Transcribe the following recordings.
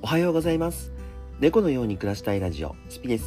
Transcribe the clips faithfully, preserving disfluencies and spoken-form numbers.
おはようございます。猫のように暮らしたいラジオ、スピです。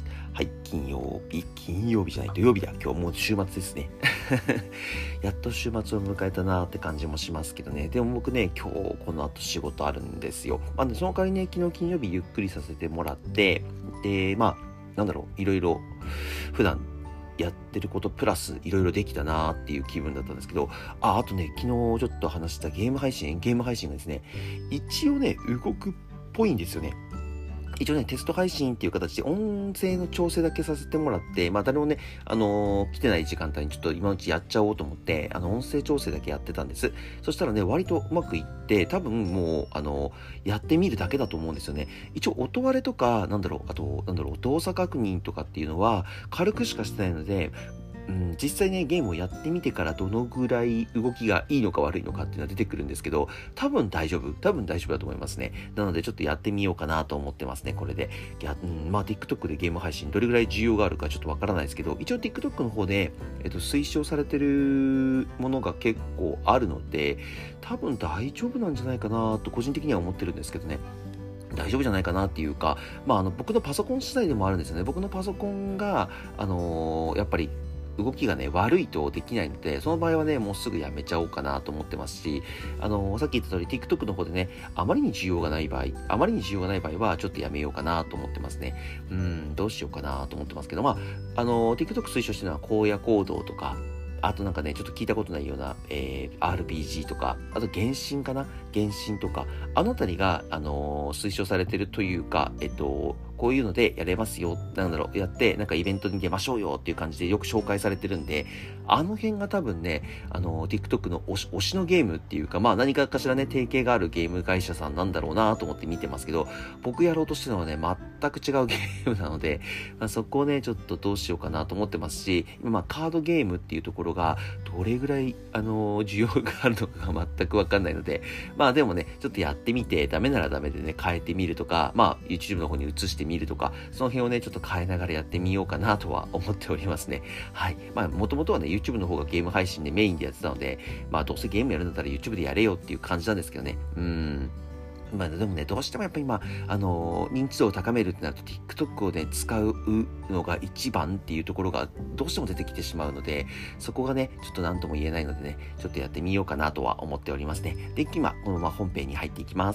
はい、金曜日、金曜日じゃない、土曜日だ。今日もう週末ですね。やっと週末を迎えたなーって感じもしますけどね。でも僕ね、今日この後仕事あるんですよ。まあ、ね、その代わりね、昨日金曜日ゆっくりさせてもらって、で、まあ、なんだろう、いろいろ普段やってることプラスいろいろできたなーっていう気分だったんですけど、あ、あとね、昨日ちょっと話したゲーム配信、ゲーム配信がですね、一応ね、動くっぽいんですよね。一応ね、テスト配信っていう形で音声の調整だけさせてもらって、まあ誰もね、あのー来てない時間帯にちょっと今のうちやっちゃおうと思って、あの、音声調整だけやってたんです。そしたらね、割とうまくいって、多分もう、あのーやってみるだけだと思うんですよね。一応音割れとか、なんだろう、あと、なんだろう、動作確認とかっていうのは、軽くしかしてないので、うん、実際ね、ゲームをやってみてからどのぐらい動きがいいのか悪いのかっていうのは出てくるんですけど、多分大丈夫。多分大丈夫だと思いますね。なのでちょっとやってみようかなと思ってますね、これで。いや、うん、まあ TikTok でゲーム配信どれぐらい需要があるかちょっとわからないですけど、一応 TikTok の方で、えっと、推奨されてるものが結構あるので、多分大丈夫なんじゃないかなと個人的には思ってるんですけどね。大丈夫じゃないかなっていうか、まあ、あの僕のパソコン次第でもあるんですよね。僕のパソコンが、あのーやっぱり動きがね、悪いとできないので、その場合はね、もうすぐやめちゃおうかなと思ってますし、あのーさっき言った通り TikTok の方でね、あまりに需要がない場合、あまりに需要がない場合は、ちょっとやめようかなと思ってますね。うん、どうしようかなと思ってますけど、まあ、あのー TikTok 推奨してるのは荒野行動とか、あとなんかね、ちょっと聞いたことないような、えー、アールピージー とか、あと原神かな原神とか、あのあたりが、あのー推奨されてるというか、えっと、こういうのでやれますよ、なんだろう、やって、なんかイベントに出ましょうよっていう感じでよく紹介されてるんで、あの辺が多分ね、あのー TikTok の推し、推しのゲームっていうか、まあ何かかしらね、提携があるゲーム会社さんなんだろうなと思って見てますけど、僕やろうとしてるのはね、全く違うゲームなので、まあ、そこをね、ちょっとどうしようかなと思ってますし、今、まあ、カードゲームっていうところが、どれぐらい、あのー需要があるのかが全くわかんないので、まあでもね、ちょっとやってみて、ダメならダメでね、変えてみるとか、まあ、YouTube の方に移してみるとか、その辺をね、ちょっと変えながらやってみようかなとは思っておりますね。はい。まあ、もともとはね、YouTube の方がゲーム配信でメインでやってたので、まあ、どうせゲームやるんだったら YouTube でやれよっていう感じなんですけどね。うーん。まあでもね、どうしてもやっぱり今、あのー認知度を高めるってなると TikTok をね、使うのが一番っていうところがどうしても出てきてしまうので、そこがね、ちょっと何とも言えないのでね、ちょっとやってみようかなとは思っておりますね。で、今、このまま本編に入っていきます。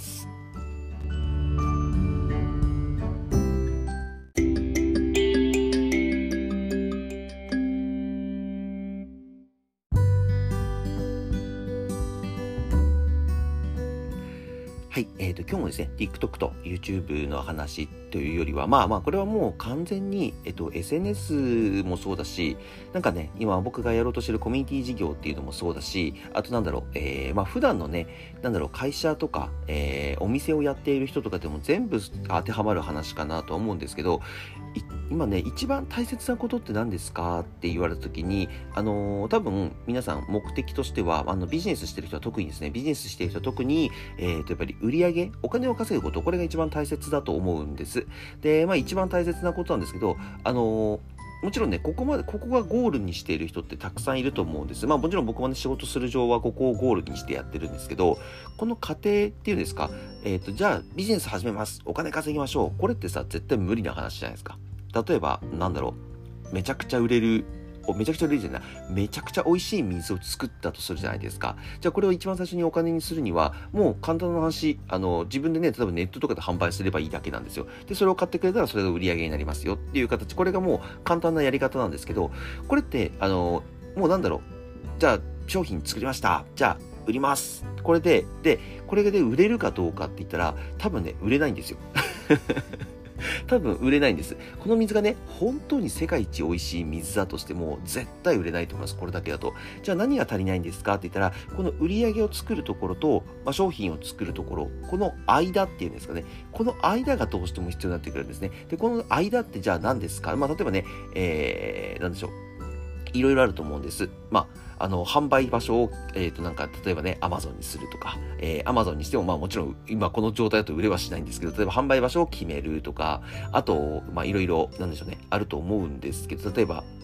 はい。えっと、今日もですね、TikTok と YouTube の話というよりは、まあまあ、これはもう完全に、えっと、エスエヌエス もそうだし、なんかね、今僕がやろうとしてるコミュニティ事業っていうのもそうだし、あとなんだろう、えー、まあ普段のね、なんだろう、会社とか、えー、お店をやっている人とかでも全部当てはまる話かなとは思うんですけど、今ね、一番大切なことって何ですかって言われたときに、あのー、多分皆さん目的としては、あの、ビジネスしてる人は特にですね、ビジネスしてる人は特に、えっと、やっぱり売り上げ、お金を稼ぐこと、これが一番大切だと思うんです。で、まあ一番大切なことなんですけど、あのーもちろんね、ここまで、ここがゴールにしている人ってたくさんいると思うんです。まあもちろん僕もね、仕事する上はここをゴールにしてやってるんですけど、この過程っていうんですか、えっと、じゃあビジネス始めます。お金稼ぎましょう。これってさ、絶対無理な話じゃないですか。例えば、なんだろう、めちゃくちゃ売れる、おめちゃくちゃ売れるじゃない、めちゃくちゃ美味しい水を作ったとするじゃないですか。じゃあこれを一番最初にお金にするには、もう簡単な話、あの、自分でね、例えばネットとかで販売すればいいだけなんですよ。で、それを買ってくれたらそれが売り上げになりますよっていう形、これがもう簡単なやり方なんですけど、これって、あの、もうなんだろう、じゃあ商品作りました。じゃあ売ります。これで、で、これで売れるかどうかって言ったら、多分ね、売れないんですよ。多分売れないんです。この水がね、本当に世界一美味しい水だとしても、絶対売れないと思います。これだけだと。じゃあ何が足りないんですかって言ったら、この売り上げを作るところと、まあ、商品を作るところ、この間っていうんですかね。この間がどうしても必要になってくるんですね。で、この間ってじゃあ何ですか？まあ、例えばね、えー、なんでしょう。いろいろあると思うんです。まあ、あの、販売場所を、えっと、なんか、例えばね、Amazon にするとか、えー、Amazon にしても、まあもちろん、今この状態だと売れはしないんですけど、例えば販売場所を決めるとか、あと、まあいろいろ、なんでしょうね、あると思うんですけど、例えば、うーん、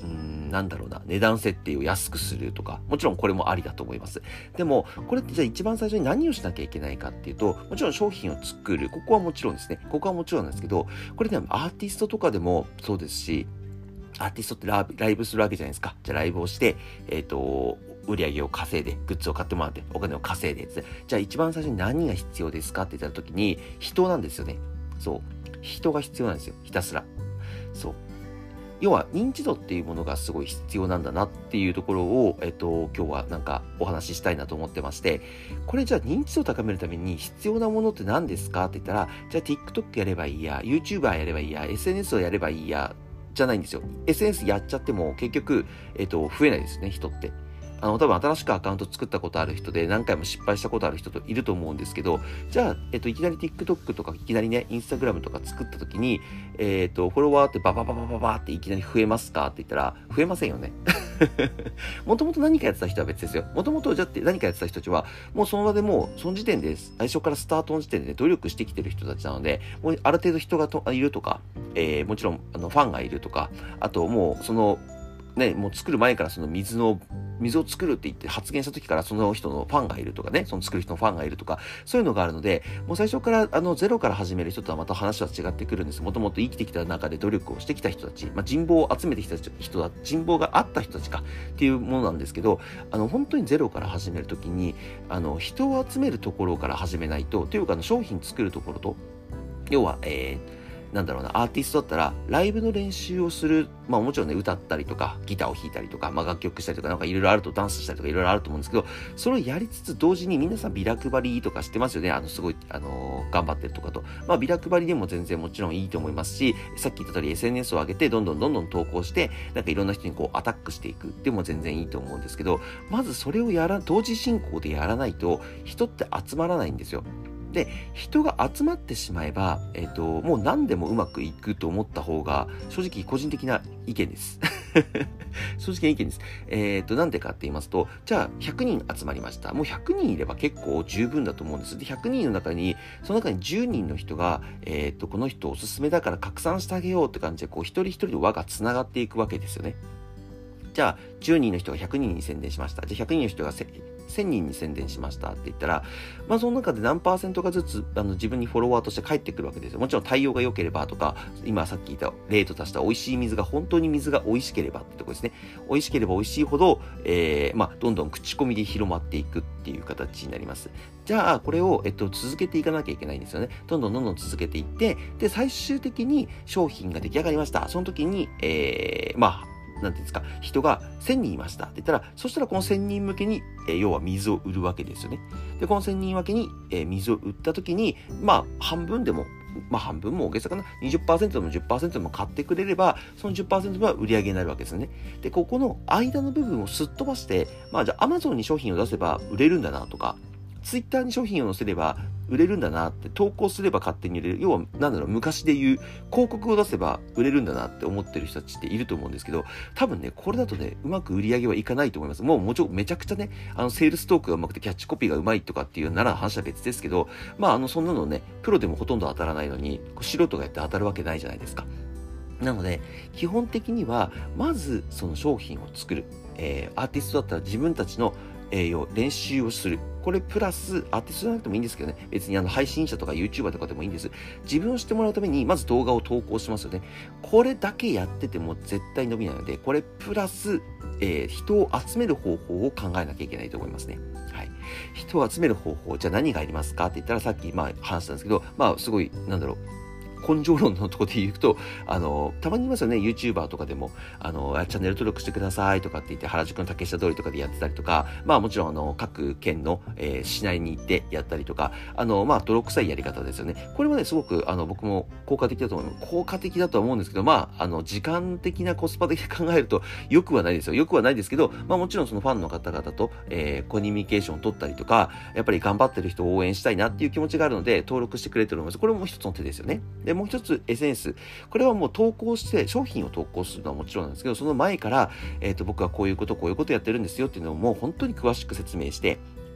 なんだろうな、値段設定を安くするとか、もちろんこれもありだと思います。でも、これってじゃあ一番最初に何をしなきゃいけないかっていうと、もちろん商品を作る。ここはもちろんですね。ここはもちろんなんですけど、これね、アーティストとかでもそうですし、アーティストってライブ、ライブするわけじゃないですか。じゃあライブをして、えっと、売り上げを稼いで、グッズを買ってもらって、お金を稼いで、じゃあ一番最初に何が必要ですかって言った時に、人なんですよね。そう。人が必要なんですよ。ひたすら。そう。要は認知度っていうものがすごい必要なんだなっていうところを、えっと、今日はなんかお話ししたいなと思ってまして、これじゃあ認知度を高めるために必要なものって何ですかって言ったら、じゃあ TikTok やればいいや、YouTuber やればいいや、エスエヌエス をやればいいや、じゃないんですよ。エスエヌエス やっちゃっても結局、えっと、増えないですね、人って。あの、多分新しくアカウント作ったことある人で何回も失敗したことある人といると思うんですけど、じゃあ、えっと、いきなり TikTok とかいきなりね、Instagram とか作った時に、えっと、フォロワーってババババババっていきなり増えますかって言ったら、増えませんよね。もともと何かやってた人は別ですよ。もともとじゃって何かやってた人たちは、もうその場でもう、その時点で、最初からスタートの時点で努力してきてる人たちなので、もうある程度人がといるとか、えー、もちろんあのファンがいるとか、あともうその、ね、もう作る前からその水の、水を作るって言って発言した時からその人のファンがいるとかね、その作る人のファンがいるとか、そういうのがあるので、もう最初からあのゼロから始める人とはまた話は違ってくるんです。もともと生きてきた中で努力をしてきた人たち、まあ、人望を集めてきた人だ、人望があった人たちかっていうものなんですけど、あの本当にゼロから始めるときに、あの人を集めるところから始めないと、というかあの商品作るところと、要は、えーなんだろうな、アーティストだったら、ライブの練習をする、まあもちろんね、歌ったりとか、ギターを弾いたりとか、まあ楽曲したりとか、なんかいろいろあると、ダンスしたりとかいろいろあると思うんですけど、それをやりつつ、同時に皆さんビラ配りとかしてますよね。あの、すごい、あのー、頑張ってるとかと。まあビラ配りでも全然もちろんいいと思いますし、さっき言った通り エスエヌエス を上げて、どんどんどんどん投稿して、なんかいろんな人にこうアタックしていく。でも全然いいと思うんですけど、まずそれをやら、同時進行でやらないと、人って集まらないんですよ。で、人が集まってしまえば、えっと、もう何でもうまくいくと思った方が、正直個人的な意見です。正直な意見です。えっと、なんでかって言いますと、じゃあひゃくにん集まりました。もうひゃくにんいれば結構十分だと思うんです。で、ひゃくにんの中に、その中にじゅうにんの人が、えっと、この人おすすめだから拡散してあげようって感じで、こう一人一人の輪が繋がっていくわけですよね。じゃあ、じゅうにんの人がひゃくにんに宣伝しました。じゃあ、ひゃくにんの人がせんにんに宣伝しましたって言ったら、まあ、その中で何パーセントかずつ、あの、自分にフォロワーとして返ってくるわけですよ。もちろん対応が良ければとか、今さっき言った例と足した美味しい水が本当に水が美味しければってとこですね。美味しければ美味しいほど、えー、まあ、どんどん口コミで広まっていくっていう形になります。じゃあ、これを、えっと、続けていかなきゃいけないんですよね。どんどんどんどん続けていって、で、最終的に商品が出来上がりました。その時に、えー、まあ、なんていうんですか、人がせんにんいましたって言ったら、そしたらこのせんにん向けに、えー、要は水を売るわけですよね。で、このせんにん分けに、えー、水を売った時に、まあ、半分でも、まあ、半分も大げさかな、にじゅっパーセント でも じゅっパーセント でも買ってくれれば、その じゅっパーセント は売り上げになるわけですよね。で、ここの間の部分をすっ飛ばして、まあ、じゃあ Amazon に商品を出せば売れるんだなとか、Twitter に商品を載せれば売れるんだなって、投稿すれば勝手に売れる。要は、なんだろう、昔で言う、広告を出せば売れるんだなって思ってる人たちっていると思うんですけど、多分ね、これだとね、うまく売り上げはいかないと思います。もう、もちろんめちゃくちゃね、あの、セールストークがうまくて、キャッチコピーがうまいとかっていうなら話は別ですけど、まあ、あの、そんなのね、プロでもほとんど当たらないのに、素人がやって当たるわけないじゃないですか。なので、基本的には、まず、その商品を作る。えー、アーティストだったら自分たちのえー、練習をする。これプラス、アーティストじゃなくてもいいんですけどね。別にあの配信者とか YouTuber とかでもいいんです。自分をしてもらうために、まず動画を投稿しますよね。これだけやってても絶対伸びないので、これプラス、えー、人を集める方法を考えなきゃいけないと思いますね。はい。人を集める方法、じゃあ何がありますかって言ったらさっきまあ話したんですけど、まあすごい、なんだろう。根性論のところで言うと、あの、たまにいますよね、YouTuber とかでも、あの、チャンネル登録してくださいとかって言って、原宿の竹下通りとかでやってたりとか、まあもちろん、あの、各県の、えー、市内に行ってやったりとか、あの、まあ、泥臭いやり方ですよね。これはね、すごく、あの、僕も効果的だと思います。効果的だとは思うんですけど、まあ、あの、時間的なコスパ的に考えると、良くはないですよ。良くはないですけど、まあもちろんそのファンの方々と、えー、コミュニケーションを取ったりとか、やっぱり頑張ってる人を応援したいなっていう気持ちがあるので、登録してくれてると思います。これも一つの手ですよね。で、もう一つ、エスエヌエス。これはもう投稿して、商品を投稿するのはもちろんなんですけど、その前から、えっと、僕はこういうこと、こういうことやってるんですよっていうのをもう本当に詳しく説明して、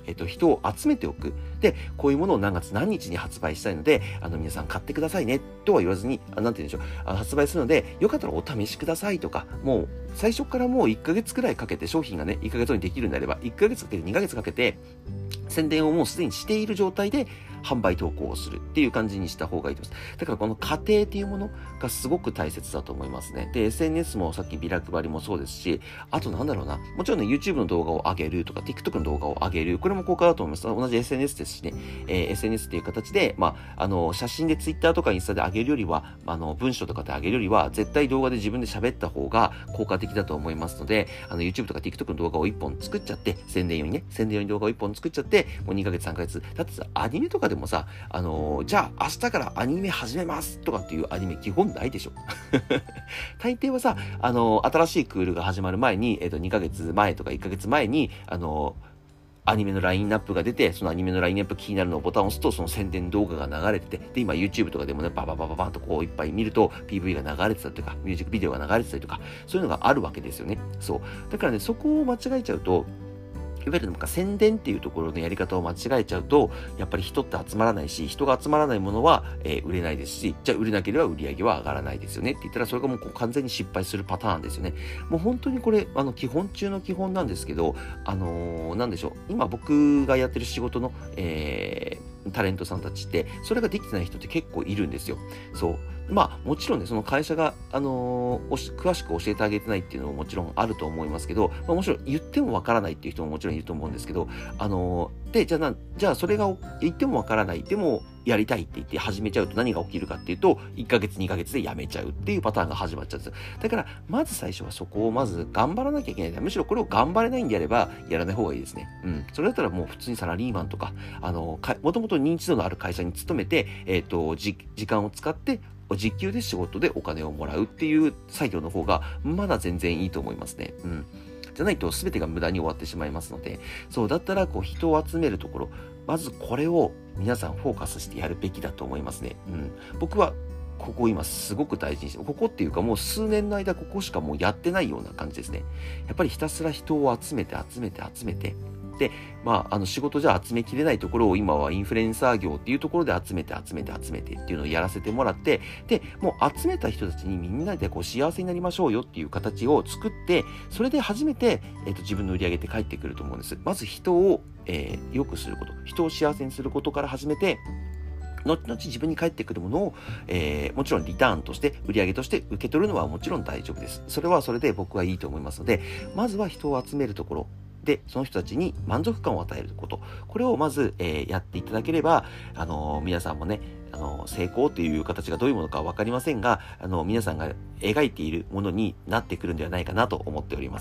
えっと、人を集めておく。で、こういうものを何月何日に発売したいので、あの、皆さん買ってくださいね、とは言わずに、あなんて言うんでしょう、あの発売するので、よかったらお試しくださいとか、もう、最初からもういっかげつくらいかけて、商品がね、いっかげつにできるんであれば、いっかげつかけてにかげつかけて、宣伝をもうすでにしている状態で、販売投稿をするっていう感じにした方がいいと思います。だからこの過程っていうものがすごく大切だと思いますね。で、エスエヌエス もさっきビラ配りもそうですし、あとなんだろうな、もちろんね、YouTube の動画を上げるとか、TikTok の動画を上げる、これも効果だと思います。同じ エスエヌエス ですしね、えー、エスエヌエス っていう形で、まあ、あの、写真で Twitter とかインスタで上げるよりは、あの、文章とかで上げるよりは、絶対動画で自分で喋った方が効果的だと思いますので、あの、YouTube とか TikTok の動画をいっぽん作っちゃって、宣伝用にね、宣伝用に動画をいっぽん作っちゃって、もうにかげつさんかげつ、だってさ、アニメとかでもさ、あの、じゃあ明日からアニメ始めますとかっていうアニメ基本ないでしょ大抵はさ、あの新しいクールが始まる前に、えっと、にかげつまえとかいっかげつまえにあのアニメのラインナップが出て、そのアニメのラインナップ気になるのをボタンを押すと、その宣伝動画が流れてて、で、今 YouTube とかでもね、バババババンとこういっぱい見ると、ピーブイ が流れてたりとか、ミュージックビデオが流れてたりとか、そういうのがあるわけですよね。そう。だからね、そこを間違えちゃうと、いわゆるなんか宣伝っていうところのやり方を間違えちゃうと、やっぱり人って集まらないし、人が集まらないものは、えー、売れないですし、じゃあ売れなければ売り上げは上がらないですよねって言ったら、それがもうこう完全に失敗するパターンですよね。もう本当にこれ、あの、基本中の基本なんですけど、あのー、なんでしょう。今僕がやってる仕事の、えー、タレントさんたちって、それができてない人って結構いるんですよ。そう。まあ、もちろんね、その会社が、あのー、おし詳しく教えてあげてないっていうのももちろんあると思いますけど、まあ、もちろん言ってもわからないっていう人ももちろんいると思うんですけど、あのー、で、じゃあな、じゃあそれが言ってもわからない、でもやりたいって言って始めちゃうと何が起きるかっていうと、いっかげつ、にかげつでやめちゃうっていうパターンが始まっちゃうんですよ。だから、まず最初はそこをまず頑張らなきゃいけない。むしろこれを頑張れないんであれば、やらない方がいいですね。うん。それだったらもう普通にサラリーマンとか、あのー、もともと認知度のある会社に勤めて、えっと、じ、時間を使って、時給で仕事でお金をもらうっていう作業の方がまだ全然いいと思いますね。うん。じゃないと全てが無駄に終わってしまいますので、そうだったらこう人を集めるところ、まずこれを皆さんフォーカスしてやるべきだと思いますね。うん。僕はここを今すごく大事にして、ここっていうかもう数年の間ここしかもうやってないような感じですね。やっぱりひたすら人を集めて集めて集めて、で、まあ、あの仕事じゃ集めきれないところを今はインフルエンサー業っていうところで集めて集めて集めてっていうのをやらせてもらって、で、もう集めた人たちにみんなでこう幸せになりましょうよっていう形を作って、それで初めて、えっと、自分の売り上げって返ってくると思うんです。まず人を、えー、良くすること、人を幸せにすることから始めて、後々自分に返ってくるものを、えー、もちろんリターンとして、売り上げとして受け取るのはもちろん大丈夫です。それはそれで僕はいいと思いますので、まずは人を集めるところ、で、その人たちに満足感を与えること。これをまず、えー、やっていただければ、あのー、皆さんもね、あのー、成功という形がどういうものかわかりませんが、あのー、皆さんが描いているものになってくるんではないかなと思っております。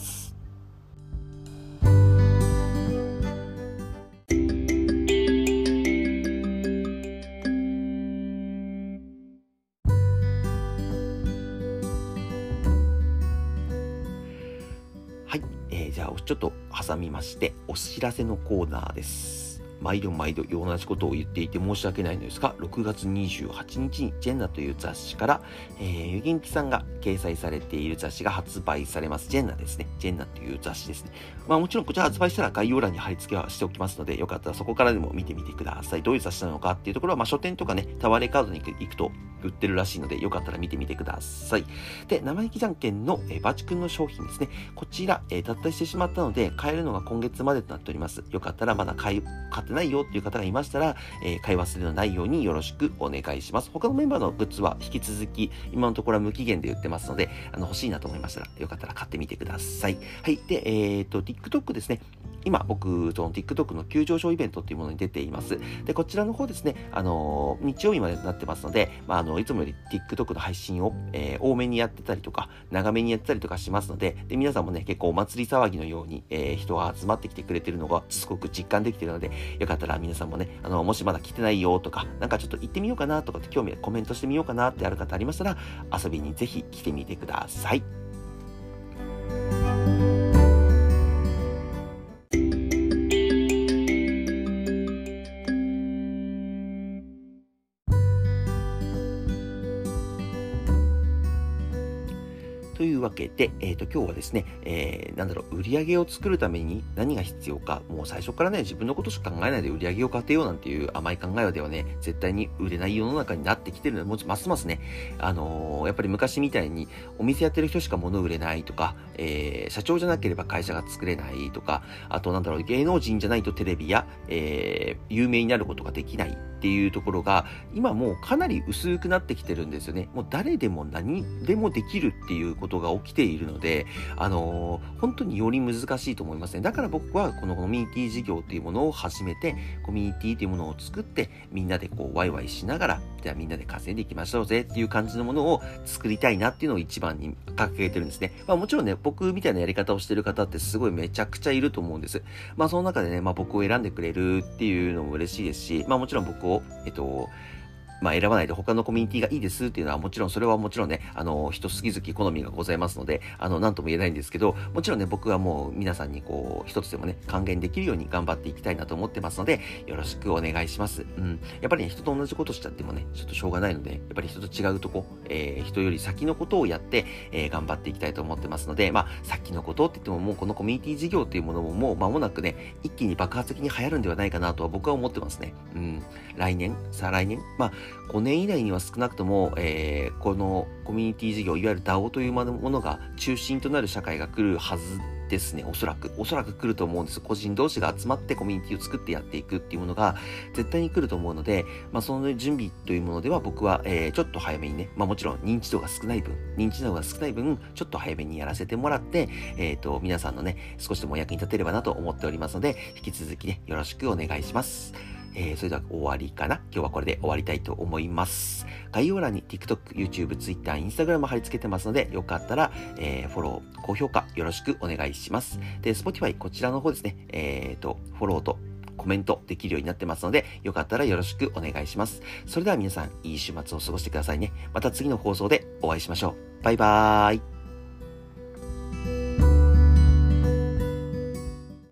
はい、えー、じゃあちょっと挟みまして、お知らせのコーナーです。毎度毎度同じことを言っていて申し訳ないのですが、ろくがつにじゅうはちにちにジェンナという雑誌から、えー、ゆぎんきさんが掲載されている雑誌が発売されます。ジェンナですね。ジェンナという雑誌ですね。まあもちろんこちら発売したら概要欄に貼り付けはしておきますので、よかったらそこからでも見てみてください。どういう雑誌なのかっていうところは、まあ書店とかね、タワレカードに行くと売ってるらしいので、よかったら見てみてください。で、生意気じゃんけんの、えー、バチ君の商品ですね。こちら、えー、脱退してしまったので、買えるのが今月までとなっております。よかったらまだ買い、買ってないよっていう方がいましたら、えー、買い忘れのないようによろしくお願いします。他のメンバーのグッズは引き続き、今のところは無期限で売ってますので、あの、欲しいなと思いましたら、よかったら買ってみてください。はい。で、えっと、TikTok ですね。今、僕、その TikTok の急上昇イベントっていうものに出ています。で、こちらの方ですね、あのー、日曜日までになってますので、まあ、あの、いつもより TikTok の配信を、えー、多めにやってたりとか、長めにやってたりとかしますので、で、皆さんもね、結構お祭り騒ぎのように、えー、人が集まってきてくれてるのがすごく実感できているので、よかったら皆さんもね、あの、もしまだ来てないよとか、なんかちょっと行ってみようかなとかって興味、コメントしてみようかなってある方ありましたら、遊びにぜひ来てみてください。というわけで、えっと、今日はですね、えー、なんだろう、売り上げを作るために何が必要か、もう最初からね、自分のことしか考えないで売り上げを立てようなんていう甘い考えではね、絶対に売れない世の中になってきてるので、もうますますね、あのー、やっぱり昔みたいにお店やってる人しか物売れないとか、えー、社長じゃなければ会社が作れないとか、あとなんだろう、芸能人じゃないとテレビや、えー、有名になることができないっていうところが、今もうかなり薄くなってきてるんですよね。もう誰でも何でもできるっていうことが起きているので、あのー、本当により難しいと思いますね。だから僕はこのコミュニティ事業っていうものを始めて、コミュニティっていうものを作って、みんなでこうワイワイしながら、じゃあみんなで稼いでいきましょうぜっていう感じのものを作りたいなっていうのを一番に掲げてるんですね。まあもちろんね、僕みたいなやり方をしてる方ってすごいめちゃくちゃいると思うんです。まあその中でね、まあ僕を選んでくれるっていうのも嬉しいですし、まあもちろん僕を、えっと、まあ選ばないで他のコミュニティがいいですっていうのはもちろんそれはもちろんね、あの、人好き好き好みがございますので、あの、なんとも言えないんですけど、もちろんね、僕はもう皆さんにこう、一つでもね、還元できるように頑張っていきたいなと思ってますので、よろしくお願いします。うん。やっぱりね、人と同じことしちゃってもね、ちょっとしょうがないので、やっぱり人と違うとこ、えー、人より先のことをやって、えー、頑張っていきたいと思ってますので、まあ、先のことって言ってももうこのコミュニティ事業っていうものももう間もなくね、一気に爆発的に流行るんではないかなとは僕は思ってますね。うん。来年、再来年、まあ、ごねん以内には少なくとも、えー、このコミュニティ事業、いわゆる ダオ というものが中心となる社会が来るはずですね。おそらく。おそらく来ると思うんです。個人同士が集まってコミュニティを作ってやっていくっていうものが絶対に来ると思うので、まあその準備というものでは僕は、えー、ちょっと早めにね、まあもちろん認知度が少ない分、認知度が少ない分、ちょっと早めにやらせてもらって、えっと、皆さんのね、少しでもお役に立てればなと思っておりますので、引き続きね、よろしくお願いします。えー、それでは終わりかな。今日はこれで終わりたいと思います。概要欄に TikTok、YouTube、Twitter、Instagram 貼り付けてますので、よかったら、えー、フォロー、高評価よろしくお願いします。で、Spotify こちらの方ですね、えーと、フォローとコメントできるようになってますので、よかったらよろしくお願いします。それでは皆さん、いい週末を過ごしてくださいね。また次の放送でお会いしましょう。バイバーイ。